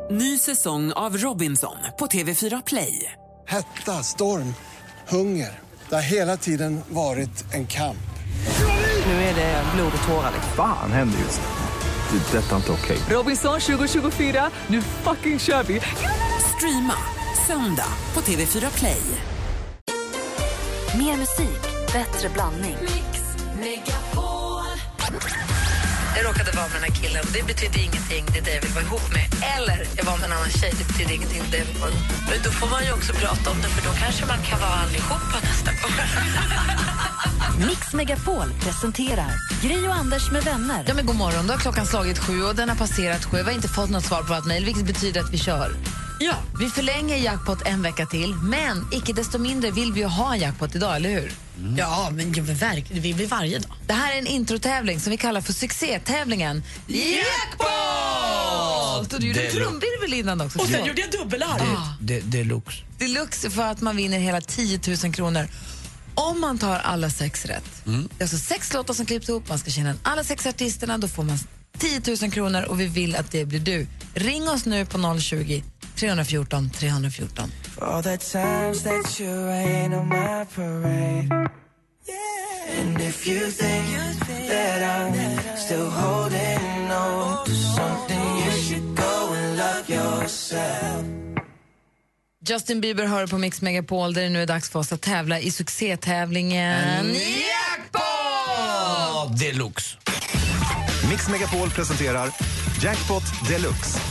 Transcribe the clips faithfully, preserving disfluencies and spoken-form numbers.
Ny säsong av Robinson på T V fyra Play. Hetta, storm, hunger. Det har hela tiden varit en kamp. Nu är det blod och tårar. Fan händer just det. Det är detta inte okej. Robinson tjugo tjugofyra, nu fucking kör vi. Streama söndag på T V fyra Play. Mer musik, bättre blandning. Mix Megapol. Jag råkade vara med den här killen. Det betyder ingenting, det är det jag vill vara ihop med. Eller jag var med en annan tjej, det betyder ingenting, det jag vill vara ihop med. Men då får man ju också prata om det, för då kanske man kan vara allihopa nästa gång. Mix Megapol presenterar Gry och Anders med vänner. Ja, men god morgon, då har klockan slagit sju och den har passerat sju. Vi har inte fått något svar på vårt mejl, vilket betyder att vi kör. Ja, vi förlänger jackpot en vecka till, men icke desto mindre vill vi ju ha en jackpot idag, eller hur? Mm. Ja, men jag vill verkligen, vi vill varje dag. Det här är en introtävling som vi kallar för succétävlingen Jackpot! Och du gjorde trumvirvel innan också. Och sen gjorde jag dubbelarm. Ah. Det, deluxe. Deluxe för att man vinner hela tio tusen kronor. Om man tar alla sex rätt. Mm. Det är alltså sex låtar som klipps ihop. Man ska känna alla sex artisterna. Då får man tio tusen kronor och vi vill att det blir du. Ring oss nu på noll tjugo, tre fjorton, tre fjorton. All the times that you rain on my parade. Yeah. And if you think that I'm still holding on to something, you should go and love yourself. Justin Bieber hör på Mix Megapol där det nu är dags för oss att tävla i succétävlingen Jackpot Deluxe. Mix Megapol presenterar Jackpot Deluxe.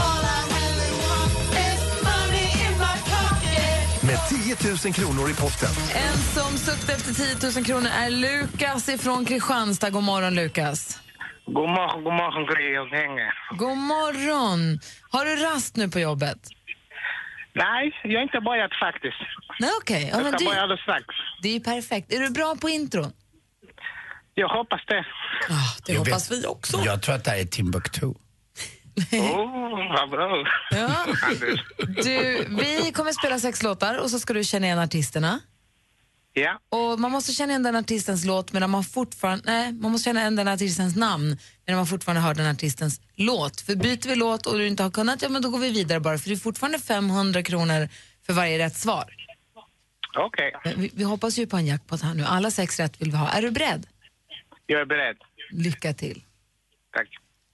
Med tio tusen kronor i potten. En som suktar efter tio tusen kronor är Lukas ifrån Kristianstad. God morgon, Lukas. God morgon, god morgon, Gry och Hänge. God morgon. Har du rast nu på jobbet? Nej, jag har inte börjat faktiskt. Nej, okej. Okay. Ja, jag ska du... börja alldeles strax. Det är ju perfekt. Är du bra på intron? Jag hoppas det. Ah, det jag hoppas vet. vi också. Jag tror att det här är Timbuktu. Åh, oh, vad bra. Ja. Du, vi kommer spela sex låtar och så ska du känna igen artisterna. Ja. Och man måste känna igen den artistens låt medan man fortfarande... Nej, man måste känna igen den artistens namn medan man fortfarande hör den artistens låt. För byter vi låt och du inte har kunnat, ja men då går vi vidare bara. För det är fortfarande femhundra kronor för varje rätt svar. Okej. Okay. Vi, vi hoppas ju på en jackpot här nu. Alla sex rätt vill vi ha. Är du beredd? Jag är beredd. Lycka till. Tack.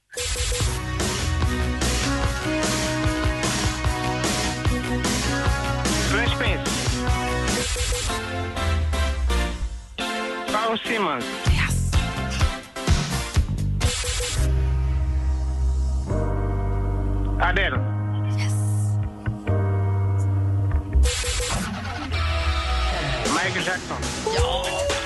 Fresh Prince. Paul Simons. Yes. Adele. Yes. Michael Jackson. Ja.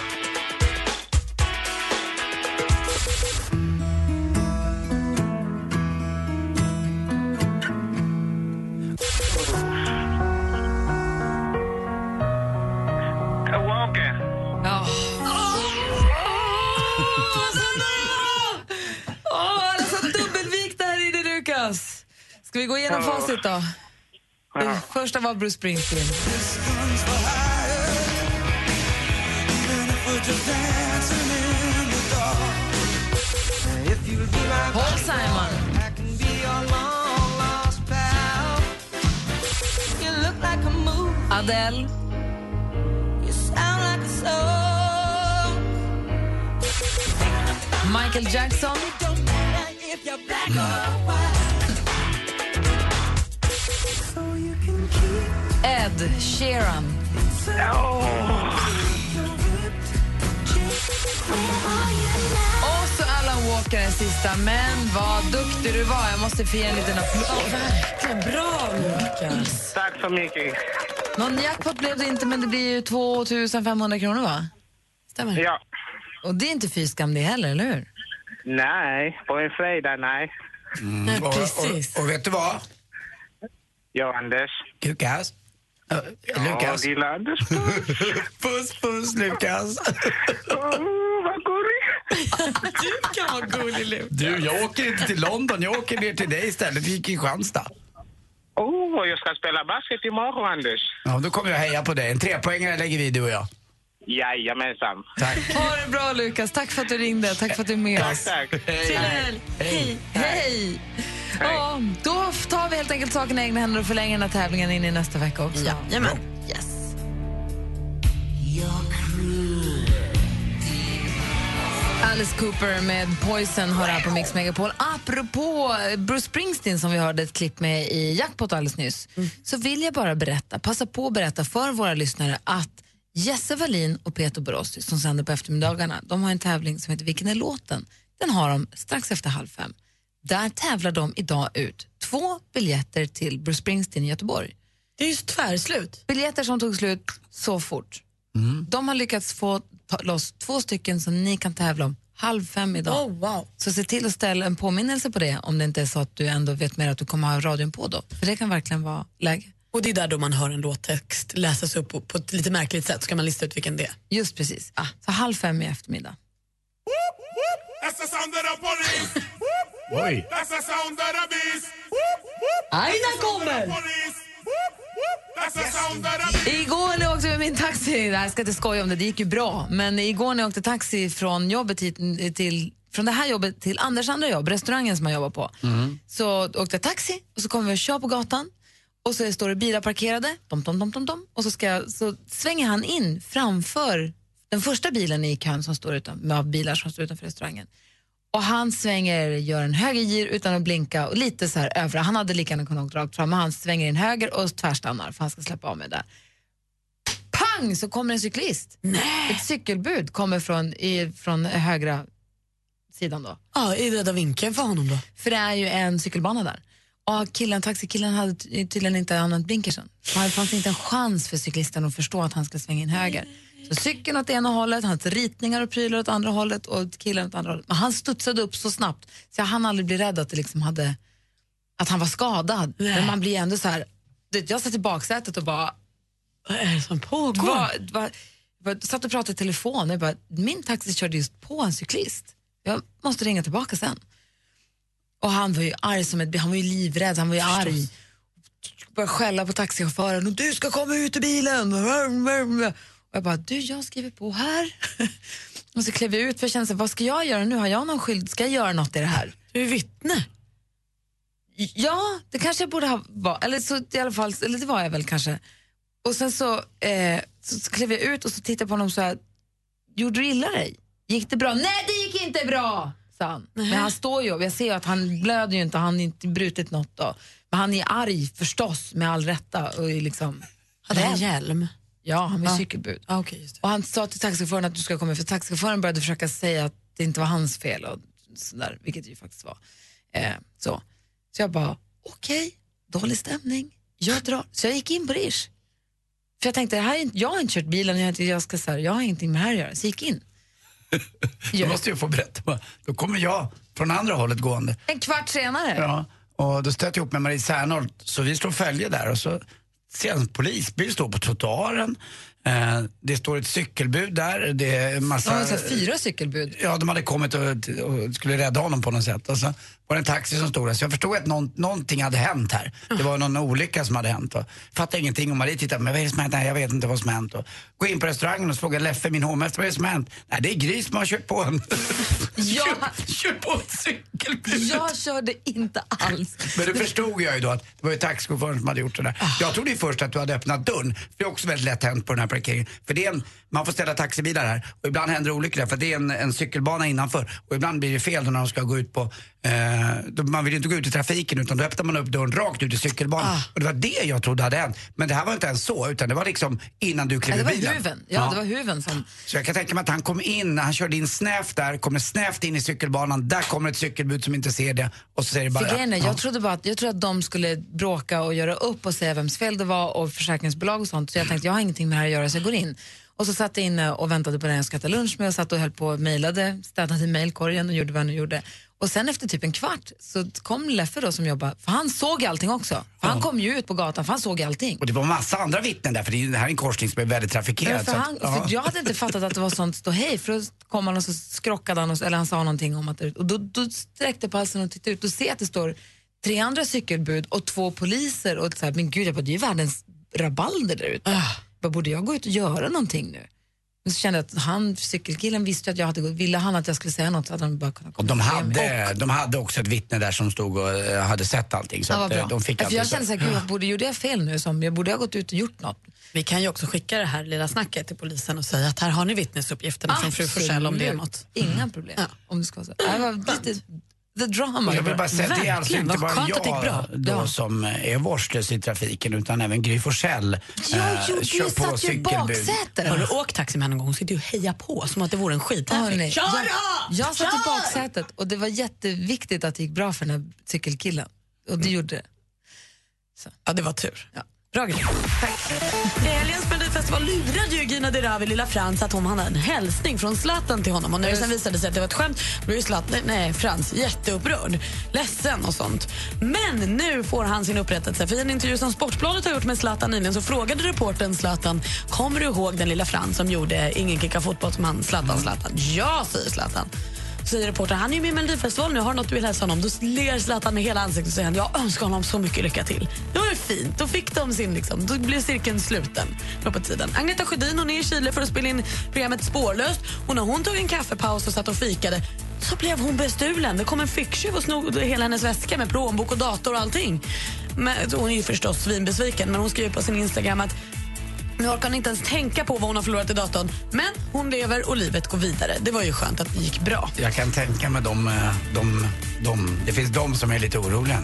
Ska vi gå igenom oh. facit då? Ja. Första var Bruce Springsteen. Paul Simon. Adele. Michael Jackson. Ed Sheeran. Oh. Och så Alan Walker den sista. Men vad duktig du var. Jag måste få ge en liten applåd. Ja, verkligen bra, Lukas. Tack så mycket. Någon jackpot blev det inte, men det blir ju två tusen femhundra kronor, va? Stämmer. Ja. Och det är inte fy skam det heller, eller hur? Nej, på en fredag, nej. Mm. Nej, och, precis. Och, och vet du vad? Ja, Anders. Lukas. Uh, ja, Lukas. lilla Anders. Puss, puss, Lukas. Åh, oh, vad gullig. Du kan vara gullig, Lukas. Du, jag åker inte till London. Jag åker ner till dig istället. Vi gick i Kristianstad. Åh, oh, jag ska spela basket imorgon, Anders. Ja, då kommer jag heja på dig. En trepoängare lägger vi, du och jag. Jajamensan. Tack. Ha det bra, Lukas. Tack för att du ringde. Tack för att du är med tack, oss. Tack, tack. Hej. Hej. Hej. Hej. Ja, då tar vi helt enkelt saken i egna händer och förlänger den här tävlingen in i nästa vecka också. Ja, jamen. Yes. Alice Cooper med Poison har här på Mix Megapol. Apropå Bruce Springsteen som vi hörde ett klipp med i Jackpot alldeles nyss, mm. så vill jag bara berätta, passa på att berätta för våra lyssnare att Jesse Wallin och Peter Borossi som sänder på eftermiddagarna, de har en tävling som heter Vilken är låten? Den har de strax efter halv fem. Där tävlar de idag ut två biljetter till Bruce Springsteen i Göteborg. Det är ju tvärslut. Biljetter som tog slut så fort. Mm. De har lyckats få ta loss två stycken som ni kan tävla om halv fem idag. Oh, wow. Så se till att ställa en påminnelse på det om det inte är så att du ändå vet mer att du kommer ha radion på då. För det kan verkligen vara läge. Och det är där då man hör en låttext läsas upp på, på ett lite märkligt sätt, så kan man lista ut vilken det är. Just precis. Ah. Så halv fem i eftermiddag. Oj. Aina kommer! Igår när jag åkte med min taxi, jag ska inte skoja om det, det gick ju bra, men igår när jag åkte taxi från jobbet hit, till, från det här jobbet till Anders andra jobb, restaurangen som jag jobbar på, mm. så åkte jag taxi och så kommer vi och kör på gatan och så står det bilar parkerade, dom, dom, dom, dom, dom, och så, ska jag, så svänger han in framför den första bilen i kön som står utan, med bilar som står utanför restaurangen. Och han svänger, gör en högergir utan att blinka och lite så här över. Han hade lika gärna kunnat åka rakt fram, men han svänger in höger och tvärstannar för han ska släppa av mig där. Pang! Så kommer en cyklist. Nej. Ett cykelbud kommer från, i, från högra sidan då. Ja, i röda vinkeln för honom då. För det är ju en cykelbana där. Och killen, taxikillen hade tydligen inte använt blinkersen. Det fanns inte en chans för cyklisten att förstå att han skulle svänga in höger. Så cykeln åt ena hållet, hans ritningar och prylar åt andra hållet och killen åt andra hållet. Men han studsade upp så snabbt så han aldrig bli rädd att det liksom hade, att han var skadad. Nej. Men man blir ändå så här, jag satt i baksätet och bara, vad är det som pågår? Vad, vad, vad, satt och pratade i telefon och jag bara, min taxi körde just på en cyklist. Jag måste ringa tillbaka sen. Och han var ju arg som ett, han var ju livrädd, han var ju Förstås. arg. Började skälla på taxichauffören och du ska komma ut ur bilen. Och jag bara, du, jag skriver på här. Och så klev jag ut för jag kände så, vad ska jag göra nu? Har jag någon skyld? Ska jag göra något i det här? Du är vittne. Ja, det kanske jag borde ha varit. Eller så i alla fall, eller det var jag väl kanske. Och sen så, eh, så, så klev jag ut och så tittade på honom så här, gjorde du illa dig? Gick det bra? Nej, det gick inte bra, sa han. Men han står ju, och jag ser ju att han blöder ju inte, han har inte brutit något då. Men han är arg förstås, med all rätta. Och liksom, hade han hjälm? Ja, han var ah. cykelbud. Ah, okay, just det. Och han sa till taxichauffören att du ska komma, för taxichauffören började försöka säga att det inte var hans fel och sådär, vilket det ju faktiskt var. Eh, så. så jag bara, okej, okay, dålig stämning, jag drar. Så jag gick in på Rish. För jag tänkte, det här är inte, jag har inte kört bilen, jag, inte, jag, ska, så här, jag har ingenting med det här att göra. Så jag gick in. Då måste jag få berätta. Då kommer jag från andra hållet gående. En kvart senare? Ja, och då stötte jag upp med Marie Särnold, så vi står följe där och så ser en polisbil stå på trottoaren. Eh, det står ett cykelbud där. Det är massa, ja, så fyra cykelbud. Ja, de hade kommit och, och skulle rädda honom på något sätt. Och så var det en taxi som stod där. Så jag förstod att någon, någonting hade hänt här. Det var någon olycka som hade hänt. Och fattade ingenting. Och Marie tittade, men vad är det som har hänt? Nej, jag vet inte vad som har hänt. Och gå in på restaurangen och fråga Leffe, min hovmästare, vad är det som har hänt? Nej, det är Gris som har kört på en. Ja. kört, kört på ett cykelbud. Jag körde inte alls. Men det förstod jag ju då att det var ju taxichauffören som hade gjort det där. Ah. Jag trodde ju först att du hade öppnat dörren. För det är också väldigt lätt hänt på den här parkeringen. För det är en, man får ställa taxibilar här. Och ibland händer det olyckor där, för det är en, en cykelbana innanför. Och ibland blir det fel när de ska gå ut på... Eh, då, man vill ju inte gå ut i trafiken, utan då öppnar man upp dörren rakt ut i cykelbanan. Ah. Och det var det jag trodde hade hänt. Men det här var inte ens så, utan det var liksom innan du klev i bilen. Det var huven. Ja, ja, det var huven som... Så jag kan tänka mig att han kom in, han körde in snävt där, kommer snävt in i cykelbanan. Där kommer ett cykelbud som inte ser det. Och så säger det bara... För grejen är, ja. jag trodde bara att, jag trodde att de skulle bråka och göra upp och säga vems fel det var och försäkringsbolag och sånt. Så jag tänkte, jag har ingenting med det här att göra, så jag går in. Och så satt jag inne och väntade på den jag ska äta lunch med och satt och höll på och mejlade, städade i mejlkorgen och gjorde vad han gjorde. Och sen efter typ en kvart så kom Leffe då som jobbar, för han såg allting också. För ja. Han kom ju ut på gatan, för han såg allting. Och det var massa andra vittnen där, för det här är en korsning som är väldigt trafikerad. För han, så att, ja. för jag hade inte fattat att det var sånt stå hej, för då kom han och så skrockade han, och, eller han sa någonting om att det, och då, då sträckte på halsen och tittade ut och ser att det står tre andra cykelbud och två poliser och så här, men gud, jag bara, det är ju världens rabalder där ute. Uh. Bara, borde jag gå ut och göra någonting nu? Men så kände jag att han, cykelkillen, visste att jag hade gått. Ville han att jag skulle säga något så hade han bara kunnat komma. Och de hade, och de hade också ett vittne där som stod och uh, hade sett allting. Så ja, att, uh, de fick för jag kände så här, gud, jag borde, gjorde jag fel nu? Som, jag borde ha gått ut och gjort något. Vi kan ju också skicka det här lilla snacket till polisen och säga att här har ni vittnesuppgifterna från fru Forsell om det är något. Inga problem. Ja. Om det ska vara så. Det var lite the drama. Jag vill bara säga att det är alltså inte bara jag då ja. som är vårdslös i trafiken utan även Gry Forssell ja, äh, jo, kör du på satt ju baksätet. Har du åkt taxi med en gång så du heja på som att det vore en skittävling. Oh, jag, jag satt i baksätet och det var jätteviktigt att det gick bra för den här cykelkillen. Och det mm. gjorde det. Så. Ja, det var tur. Ja. Bra grej. Tack. I helgens Melodifestival lurade ju Gina Dirawi lilla Frans att hon hade en hälsning från Zlatan till honom. Och när det sen visade sig att det var ett skämt blev ju Zlatan, nej, Frans jätteupprörd, ledsen och sånt. Men nu får han sin upprättelse. För i en intervju som Sportbladet har gjort med Zlatan nyligen så frågade reportern Zlatan, kommer du ihåg den lilla Frans som gjorde Ingen kickar fotboll som han, Zlatan, Zlatan? Ja, säger Zlatan. Säger reportern, han är ju med i Melodifestival nu, har något du vill hälsa honom? Då ler Zlatan med hela ansiktet och säger han, jag önskar honom så mycket lycka till. Det var ju fint, då fick de sin liksom, då blev cirkeln sluten på tiden. Agneta Sjödin, hon är i Chile för att spela in programmet Spårlöst, och när hon tog en kaffepaus och satt och fikade så blev hon bestulen. Det kom en ficktjuv och snod hela hennes väska med plånbok och dator och allting. Men, hon är ju förstås svinbesviken, men hon skriver på sin Instagram att nu orkar hon inte ens tänka på vad hon har förlorat i datorn. Men hon lever och livet går vidare. Det var ju skönt att det gick bra. Jag kan tänka mig de, de, de, det finns de som är lite oroliga.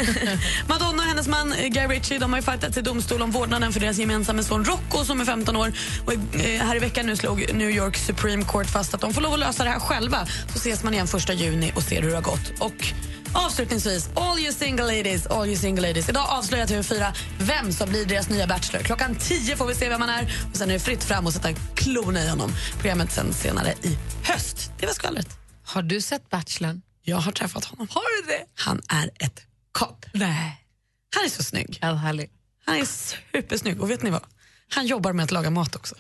Madonna och hennes man Guy Ritchie, de har ju fightats i domstol om vårdnaden för deras gemensamma son Rocco som är femton år. Och här i veckan nu slog New York Supreme Court fast att de får lov att lösa det här själva. Så ses man igen första juni och ser hur det har gått. Och avslutningsvis, all you single ladies, all you single ladies. Idag avslöjar T V fyra vem som blir deras nya bachelor. Klockan tio får vi se vem man är. Och sen är det fritt fram och sätta klona i honom. Programmet sen senare i höst. Det var skvallret. Har du sett Bachelorn? Jag har träffat honom. Har du det? Han är ett kap. Nej. Han är så snygg. Ja, härlig. Han är supersnygg. Och vet ni vad? Han jobbar med att laga mat också.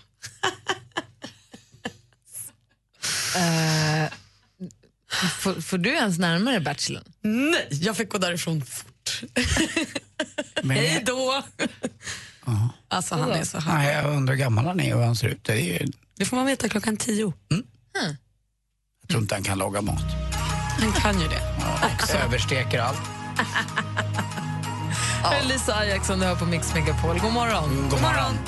uh... Får, får du ens närmare Bachelorn? Nej, jag fick gå därifrån fort. Men... Hej då! Uh-huh. Alltså han är så här. Nej, jag undrar hur gammal han är och hur han ser ut. Det, är ju... det får man veta klockan tio. Mm. Mm. Jag tror inte han kan laga mat. Han kan ju det. Ja, och översteker allt. Ja. Lisa Ajax som du hör på Mix Megapol. God morgon. Mm, god morgon.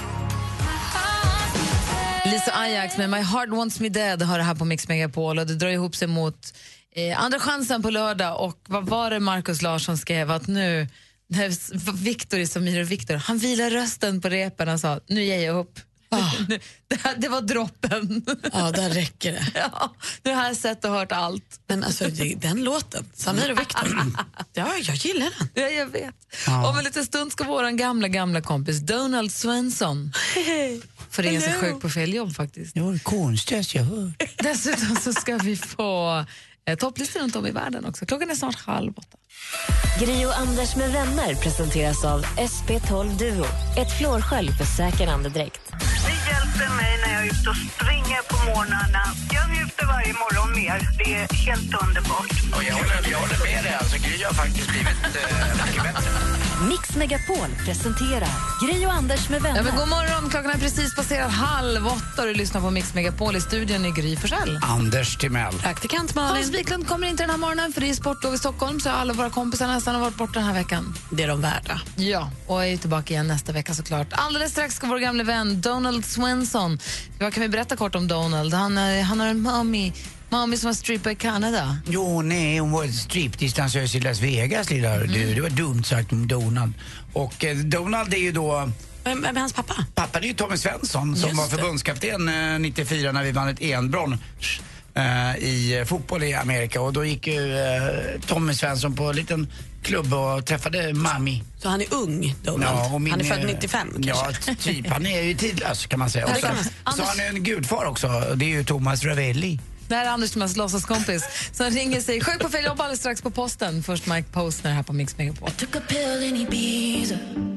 Lisa Ajax med My Heart Wants Me Dead har det här på Mix Megapol och det drar ihop sig mot eh, andra chansen på lördag. Och vad var det Markus Larsson skrev att nu Viktor i Samir och Viktor, han vilar rösten på repen och sa, nu ger jag upp. Oh. det, det var droppen. Ja, där räcker det. Ja, nu har jag sett och hört allt. Men alltså, den låten, Samir och Viktor, ja, jag gillar den. Ja, jag vet. Ja. Om en liten stund ska våran gamla, gamla kompis Donald Svensson för ringa sig sjuk på fel jobb faktiskt. Det var det konstigaste jag hört. Dessutom så ska vi få eh, topplistor runt om i världen också. Klockan är snart halv åtta. Gri och Anders med vänner presenteras av S P tolv Duo. Ett flårskölj för säker andedräkt. Det hjälper mig när jag är ute och springer på morgnarna. Jag njuter varje morgon mer. Det är helt underbart. Och jag håller, jag håller med dig. Alltså, Gry har faktiskt blivit eh, mycket bättre. Mix Megapol presenterar Gri och Anders med vänner. Ja, men god morgon, klockan är precis passerat halv åtta och du lyssnar på Mix Megapol. I studion i Gry Forssell. Anders Timell. Praktikant Malin. Hans Wiklund kommer inte den här morgonen för det är sportlov i Stockholm så alla våra kompisar nästan har varit borta den här veckan. Det är de värda. Ja, och är tillbaka igen nästa vecka såklart. Alldeles strax ska vår gamla vän Donald Svensson. Vad kan vi berätta kort om Donald? Han, han har en mommy. Mommy som var stripper i Kanada. Jo, nej, hon var ett stripdistansös i Las Vegas, lilla mm. du. Det var dumt sagt om Donald. Och eh, Donald är ju då... Vem är hans pappa? Pappa är ju Tommy Svensson som Just var förbundskapten eh, nittiofyra när vi vann ett enbrons eh, i fotboll i Amerika. Och då gick ju eh, Tommy Svensson på en liten klubb och träffade Mami. Så han är ung, Donald? Ja, min, han är född nittiofem kanske? Ja, typ. Han är ju tidlös kan man säga. Och så, man. så Anders... han är en gudfar också. Det är ju Thomas Ravelli. Det här är Anders Thomas låtsaskompis som ringer sig sjuk på fel jobb alldeles strax på posten. Först Mike Postner här på Mix Megapol. I took a pill in Ibiza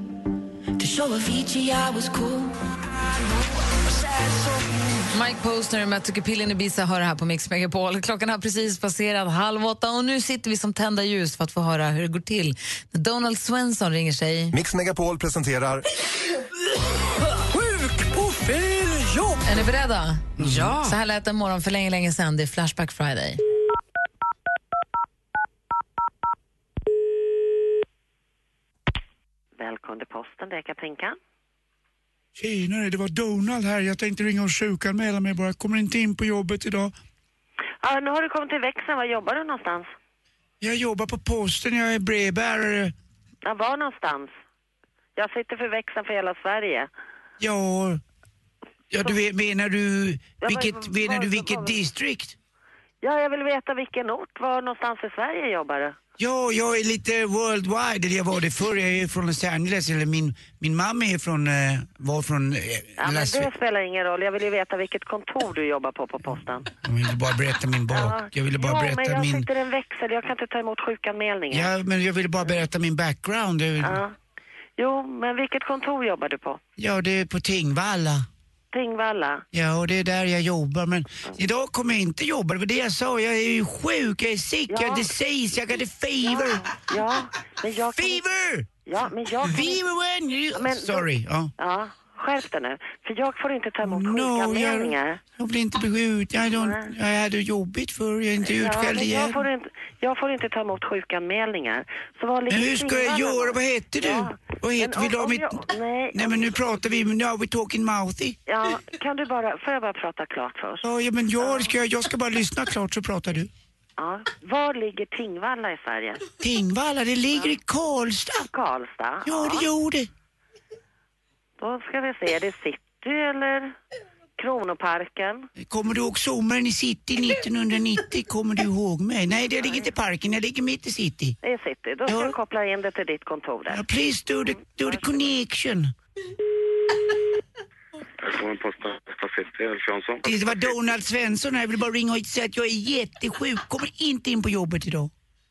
to show Avicii I was cool. Mike Postner med Took a pill in Ibiza hör här på Mix Megapol. Klockan har precis passerat halv åtta och nu sitter vi som tända ljus för att få höra hur det går till när Donald Svensson ringer sig. Mix Megapol presenterar Sjuk på fel jobb! Är ni beredda? Ja. Så här lät en morgon för länge, länge sedan. Det är Flashback Friday. Välkommen till posten, det är Katrinka. Tjenare, det var Donald här. Jag tänkte ringa och sjukanmäla mig bara. Jag kommer inte in på jobbet idag. Ja, nu har du kommit till växeln. Var jobbar du någonstans? Jag jobbar på posten, jag är brevbärare. Ja, var någonstans? Jag sitter för växeln för hela Sverige. Ja, ja du vet, menar du Ja, vilket, men, menar var, du vilket var, distrikt? Ja, jag vill veta vilken ort. Var någonstans i Sverige jobbar du? Ja, jag är lite worldwide, eller jag var det förr. Jag är från Los Angeles, eller min, min mamma är från, eh, var från... Eh, Ja, men Las... det spelar ingen roll. Jag vill ju veta vilket kontor du jobbar på på posten. Jag ville bara berätta min bak. Ja. Jag ville bara jo, berätta men jag min... sitter i en växel. Jag kan inte ta emot sjukanmälningar. Ja, men jag ville bara berätta min background. Ja. Jo, men vilket kontor jobbar du på? Ja, det är på Tingvalla. Tingvalla? Ja, och det är där jag jobbar. Men idag kommer jag inte jobba. Det var det jag sa. Jag är ju sjuk, jag är sick, Ja. jag har disease, jag har det fever. Ja, ja men jag kan... Fever! Ja, men jag kan... Fever when you... Men, Sorry, ja. Ja, skärp dig nu. För jag får inte ta emot No, sjukanmälningar. jag, jag blir inte beskjut. Jag, don't, jag hade jobbigt för jag är inte Ja, utskälld men igen. jag får, inte, jag får inte ta emot sjukanmälningar. Så vad ligger Men hur ska jag Tingvalla göra? då? Vad heter du? Ja. Vad heter Men vi då? om Mitt... jag- nej, Nej, men nu pratar vi. Now we talking mouthy. Ja, kan du bara... Får jag bara prata klart först? Ja, ja men jag ska, jag ska bara lyssna klart så pratar du. Ja. Var ligger Tingvalla i Sverige? Tingvalla, det ligger i Karlstad. Karlstad? Ja, det gjorde det. Då ska vi se, är det City eller Kronoparken? Kommer du ihåg sommaren i City nittonhundranittio? Kommer du ihåg mig? Nej, det ligger inte i parken, jag ligger mitt i City. Det är City. Då ska Ja. jag koppla in det till ditt kontor där. Ja, please do the, do the connection. Välkommen posten City, Elf Jansson. Det var Donald Svensson här. Jag vill bara ringa och säga att jag är jättesjuk. Kommer inte in på jobbet idag.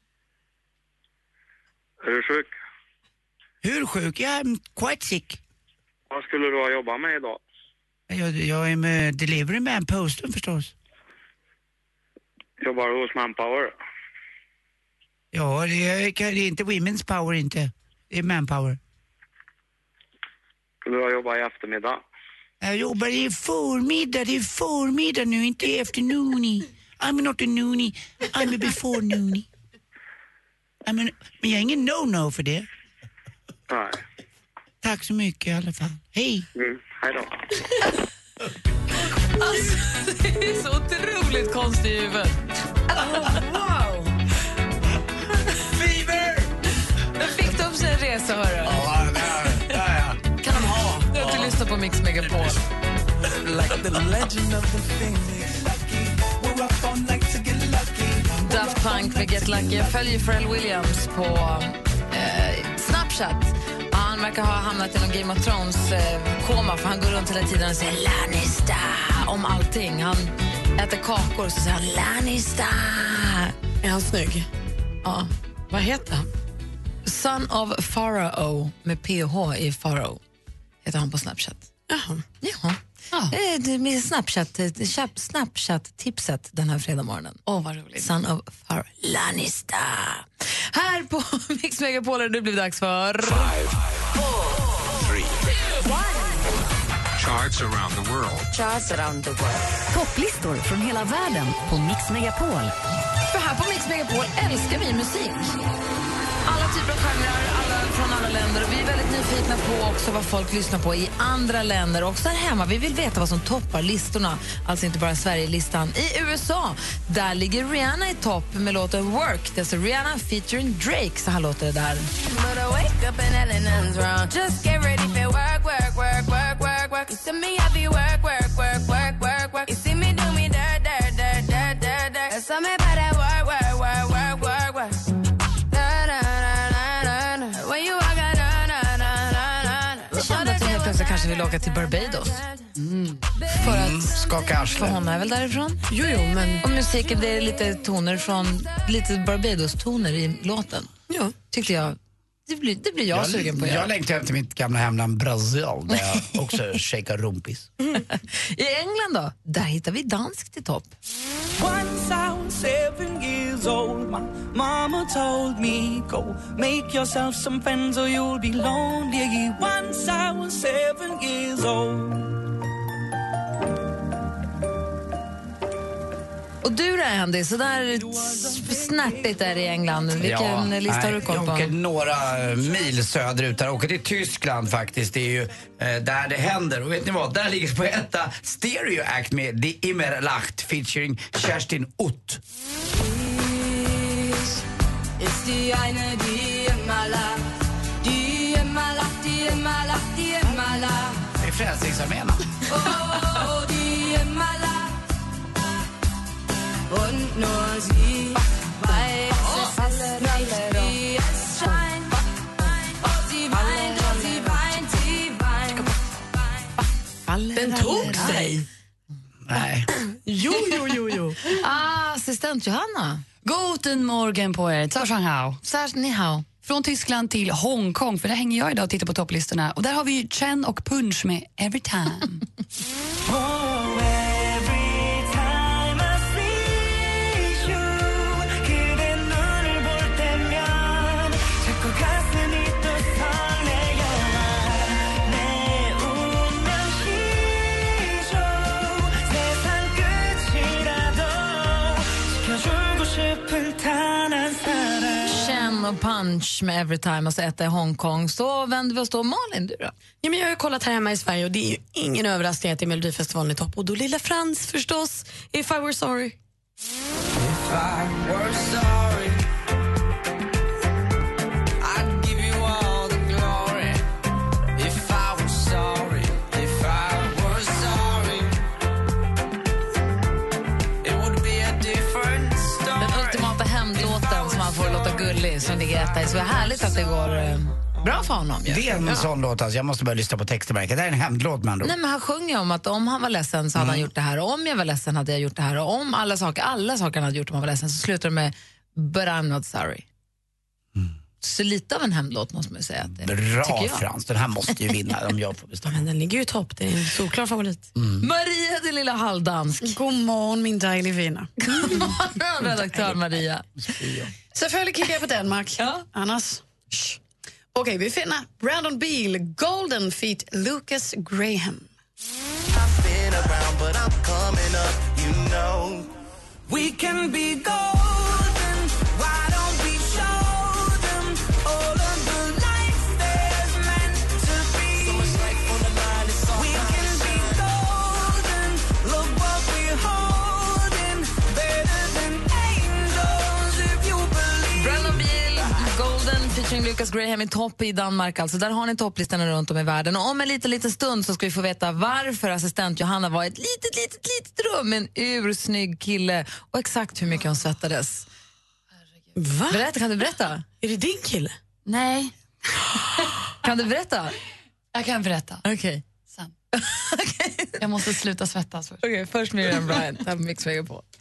Är du sjuk? Hur sjuk? Jag är quite sick. Vad skulle du ha jobbat med idag? Jag, jag är med delivery man, posten förstås. Jobbar du hos Manpower? Ja, det är, det är inte women's power inte. Det är manpower. Skulle du ha jobbat i eftermiddag? Jag jobbar i förmiddag, det är förmiddag nu, inte i afternoony. I'm not a noonie, I'm a before noonie. I mean, men jag är ingen no-no för det. Nej. Tack så mycket i alla fall. Hej. Mm, hej då. Alltså, det är så otroligt konstigt i huvudet. Oh, wow! Fever! Jag fick de sig en resa, hörru. Ja, ja, ja. Kan de ha? Jag har inte lyssnat på Mix Megapol. Like the legend of the phoenix. We're up all night to get lucky. Daft Punk med Get Lucky. Jag följer Pharrell Williams på eh, Snapchat. Han verkar ha hamnat i någon Game of Thrones-koma, för han går runt hela tiden och säger Lannister om allting. Han äter kakor och så säger han Lannister. Är han snygg? Ja. Vad heter han? Son of Pharaoh med P H i Pharaoh heter han på Snapchat. Jaha. Ja. Ja. Det är med Snapchat, Snapchat-tipset den här fredag morgonen. Åh, oh, vad roligt. Son of Pharaoh. Lannister. Här på Mix Megapol har det blivit dags för... Five, four, three, two, Charts around the world. Charts around the world. Topplistor från hela världen på Mix Megapol. För här på Mix Megapol älskar vi musik. Alla typer av genrer, alla från alla länder. Och vi är väldigt nyfikna på också vad folk lyssnar på i andra länder. Och också här hemma, vi vill veta vad som toppar listorna. Alltså inte bara Sverige-listan. I U S A, där ligger Rihanna i topp med låten Work. Det är alltså Rihanna featuring Drake, så här låter det där. Så kanske vill åka till Barbados. Mm. För att skaka arslet. För hon är väl därifrån? Jo, jo, men... Och musiken, det är lite toner från, lite Barbados-toner i låten. Ja. Tyckte jag. Det blir, det blir jag, jag sugen på att Jag göra. längtar hem till mitt gamla hemland Brasil, där jag också shakar rumpis. Mm. I England då, där hittar vi dansk till topp. Once I was seven years old, my mama told me, go make yourself some friends or you'll be lonely. Once I was seven years old. du då, Andy? Så där snärtigt är det i England. Vilken Ja, lista nej, har du koll på? Jag åker några mil söderut. Där åker till Tyskland faktiskt. Det är ju eh, där det händer. Och vet ni vad? Där ligger på etta Stereo Act med Die Immer Lacht featuring Kerstin Ott. Ist die eine, die immer lacht, die immer lacht, die immer lacht, die immer lacht. Det är Frälsningsarmén. Oh, die immer lacht. Und nur sie weiß, es ist nicht wie es scheint. Oh, sie weint, oh, sie weint, sie weint. Den tog sig. Nej. Jo, jo, jo, jo. Ah, assistent Johanna. Guten Morgen på er. Zhao Shanghao. Zhao ni hao. Från Tyskland till Hongkong, för där hänger jag idag och tittar på topplistorna. Och där har vi ju Chen och Punch med Every Time. Chen och Punch med Every Time, alltså etta i Hongkong. Så vänder vi oss då. Malin, du då? Ja, men jag har ju kollat här hemma i Sverige och det är ju ingen överraskning att det är Melodifestivalen i topp. Och då Lilla Frans förstås, If I Were Sorry. If I were sorry, I'd give you all the glory. If I were sorry, if I were sorry, it would be a different story. Den ultimata hämndlåten som man får låta gullig, som ligger etta i. Så härligt att det går eh, bra för honom. Ja. Det är en ja. sån låt, alltså. Jag måste börja lyssna på textmärket. Det är en hämndlåt, man. Nej, men han sjunger om att om han var ledsen så hade Mm. han gjort det här, och om jag var ledsen hade jag gjort det här, och om alla saker, alla saker han hade gjort om han var ledsen, så slutar det med But I'm not sorry. Mm. Så lite av en hämndlåt måste man ju säga att det, Bra, Frans. Den här måste ju vinna om jag får bestämma. Men den ligger ju i topp, det är en solklar favorit. Mm. Maria, din lilla halvdansk. God morgon, min dejliga fina. God morgon, redaktör Maria. Selvfølgelig kigger jag på Danmark. Ja. Annars... Okej, okay, vi finner Brandon Beal, Golden Feet, Lucas Graham. I've been around, but I'm coming up, you know. We can be golden, why don't we show them all of the lights there's meant to be. So much life on the line, it's all we can be golden, look what we're holding, better than angels if you believe. Brandon Beal, Golden featuring Lucas Graham i topp i Danmark. Alltså, där har ni topplistorna runt om i världen. Och om en liten, liten stund så ska vi få veta varför assistent Johanna var i ett litet, litet, litet rum med en ursnygg kille och exakt hur mycket hon svettades. Va? Berätta, kan du berätta? Är det din kille? Nej. Kan du berätta? Jag kan berätta. Okej. Okay. Sen. Okay. Jag måste sluta svettas först. Okej, okay, först Miriam Bryant. Här på Mix Megapol. Oh,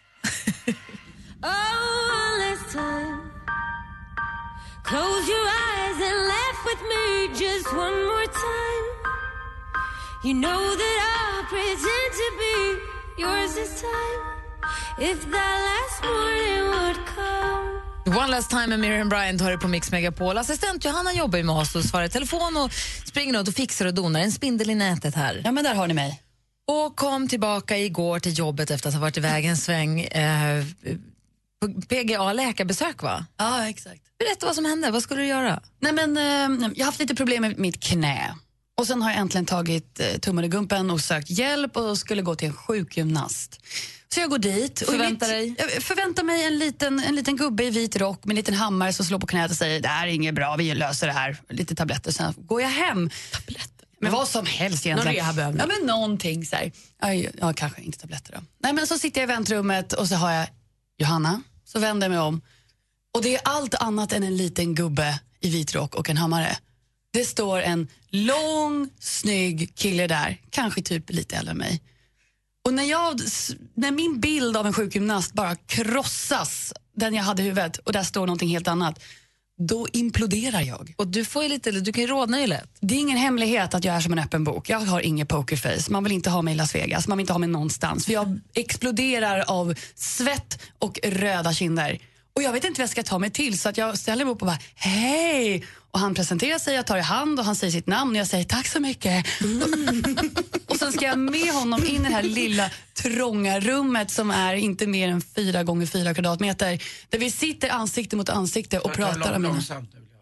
listen. Close your eyes and laugh with me just one more time. You know that I'll pretend to be yours this time. If that last morning would come. One Last Time med Miriam Bryant har du på Mix Megapol. Assistent Johanna jobbar ju med oss och svarar i telefon och springer runt och fixar och donar. En spindel i nätet här. Ja, men där har ni mig. Och kom tillbaka igår till jobbet efter att ha varit iväg en sväng eh, på P G A läkarbesök, va? Ja, exakt. Berätta vad som hände, vad skulle du göra? Nej, men eh, jag har haft lite problem med mitt knä. Och sen har jag äntligen tagit eh, tummen i gumpen och sökt hjälp och skulle gå till en sjukgymnast. Så jag går dit. Förväntar och dig? Jag förväntar mig en liten, en liten gubbe i vit rock med en liten hammare som slår på knät och säger det här är inget bra, vi löser det här. Lite tabletter, sen går jag hem. Tabletter? Men vad som helst egentligen. Någon rehabövning? Ja, men någonting så här. Aj, ja, kanske inte tabletter då. Nej, men så sitter jag i väntrummet och så har jag Johanna, så vänder jag mig om. Och det är allt annat än en liten gubbe i vit rock och en hammare. Det står en lång, snygg kille där, kanske typ lite äldre än mig. Och när, jag, när min bild av en sjukgymnast bara krossas, den jag hade i huvudet, och där står någonting helt annat, då imploderar jag. Och du får ju lite, du kan ju rodna ju lätt. Det är ingen hemlighet att jag är som en öppen bok. Jag har ingen pokerface. Man vill inte ha mig i Las Vegas. Man vill inte ha mig någonstans. För jag exploderar av svett och röda kinder. Och jag vet inte vad jag ska ta mig till, så att jag ställer mig upp och bara, hej! Och han presenterar sig, jag tar i hand och han säger sitt namn och jag säger tack så mycket. Mm. Och sen ska jag med honom in i det här lilla trånga rummet som är inte mer än fyra gånger fyra kvadratmeter. Där vi sitter ansikte mot ansikte och pratar om mina...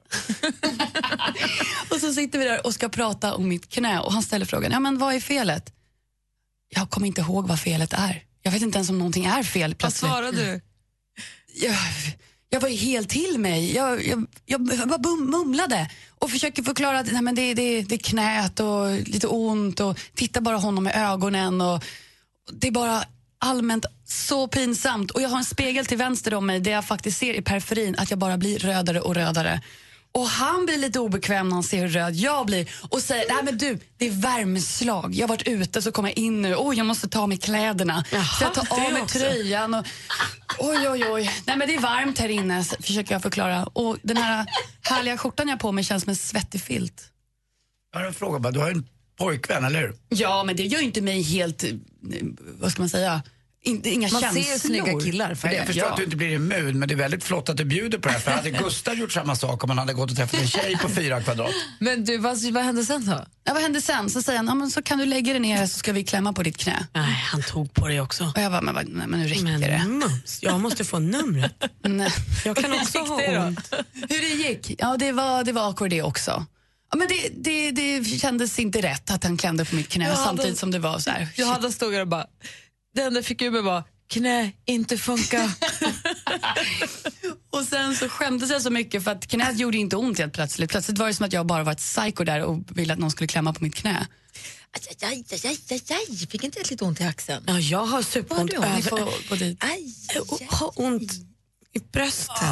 Och så sitter vi där och ska prata om mitt knä. Och han ställer frågan, ja men vad är felet? Jag kommer inte ihåg vad felet är. Jag vet inte ens om någonting är fel plötsligt. Vad svarade du? Jag, jag var ju helt till mig. Jag, jag, jag bara bum, mumlade och försöker förklara att nej, men det, det, det är knät och lite ont och titta bara honom i ögonen och det är bara allmänt så pinsamt. Och jag har en spegel till vänster om mig där jag faktiskt ser i periferin att jag bara blir rödare och rödare. Och han blir lite obekväm när han ser hur röd jag blir och säger, nej men du, det är värmeslag. Jag har varit ute så kommer jag in nu. Oj, jag måste ta av mig kläderna. Jaha, så jag tar av mig också tröjan och oj, oj, oj. Nej men det är varmt här inne, försöker jag förklara. Och den här härliga skjortan jag har på mig känns som en svettig filt. Jag har en fråga bara, du har en pojkvän, eller hur? Ja, men det gör ju inte mig helt, vad ska man säga... Inte, inga man känslor. ser snygga killar för jag förstår ja. att du inte blir immun, men det är väldigt flott att du bjuder på det här. För hade Gustav gjort samma sak om han hade gått och träffat en tjej på fyra kvadrat? Men du, vad, vad hände sen då? Ja, vad hände sen? Så säger han, ja, men så kan du lägga dig ner så ska vi klämma på ditt knä. Nej, han tog på det också. Och jag bara, men, vad, nej, men nu räcker men, det. Mums, jag måste få numret. Nej. Jag kan också ha ont. Hur det gick? Ja, det var, det var akord det också. Ja, men det, det, det kändes inte rätt att han klämde på mitt knä hade, samtidigt som det var så här. Jag hade stått och bara, det enda fick ju var knä inte funkar. Och sen så skämdes jag så mycket för att knät gjorde inte ont helt plötsligt. Plötsligt var det som att jag bara var ett psycho där och ville att någon skulle klämma på mitt knä. Aj, aj, aj, aj, aj. Fick inte jag lite ont i axeln? Ja, jag har superont över. Ni får gå dit. Aj, jag har ont i brösten.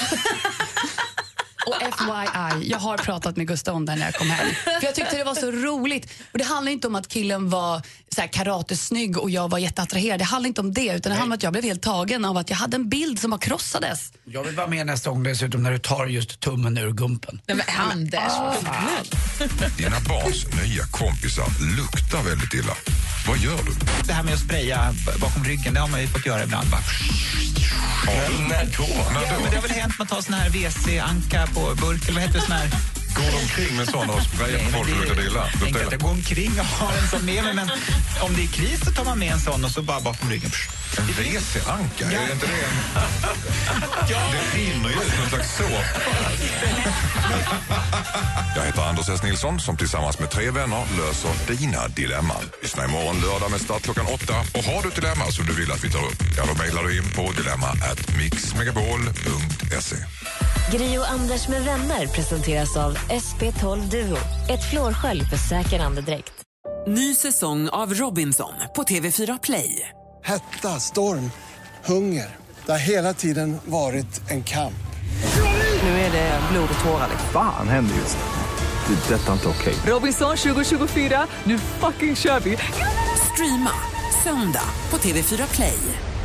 Och F Y I, jag har pratat med Gustav om det när jag kom hem. För jag tyckte det var så roligt. Och det handlar inte om att killen var så här karatesnygg och jag var jätteattraherad. Det handlar inte om det, utan det handlar om att jag blev helt tagen av att jag hade en bild som bara krossades. Jag vill vara med nästa gång dessutom när du tar just tummen ur gumpen. Nej, men Anders. Oh. Dina barns nya kompisar luktar väldigt illa. Vad gör du? Det här med att spraya bakom ryggen, det har man ju fått göra ibland. Bara... Ja, när då? När ja, då? Men det har väl hänt man tar sån här W C-anka på burk, eller vad heter det sån här? Går de omkring med såna och sprayar på folk och luktar illa? Jag tänker att jag går omkring och har en sån med mig, men om det är kris så tar man med en sån och så bara bakom ryggen. En W C-anka? Ja. Är det inte det en... ja. Det rinner ju ut någon slags såpa. Jag heter Anders S. Nilsson som tillsammans med tre vänner löser dina dilemman. Lyssna imorgon lördag med start klockan åtta. Och har du ett dilemma som du vill att vi tar upp, ja då mejlar du in på dilemma at mixmegapol punkt se. Gri och Anders med vänner presenteras av S P tolv Duo. Ett flårskölj för säker andedräkt. Ny säsong av Robinson på T V fyra Play. Hetta, storm, hunger. Det har hela tiden varit en kamp. Nu är det blod och tårar. Fan händer just det. Det är detta inte okej. Robinson tjugo tjugofyra, nu fucking kör vi. Streama söndag på T V fyra Play.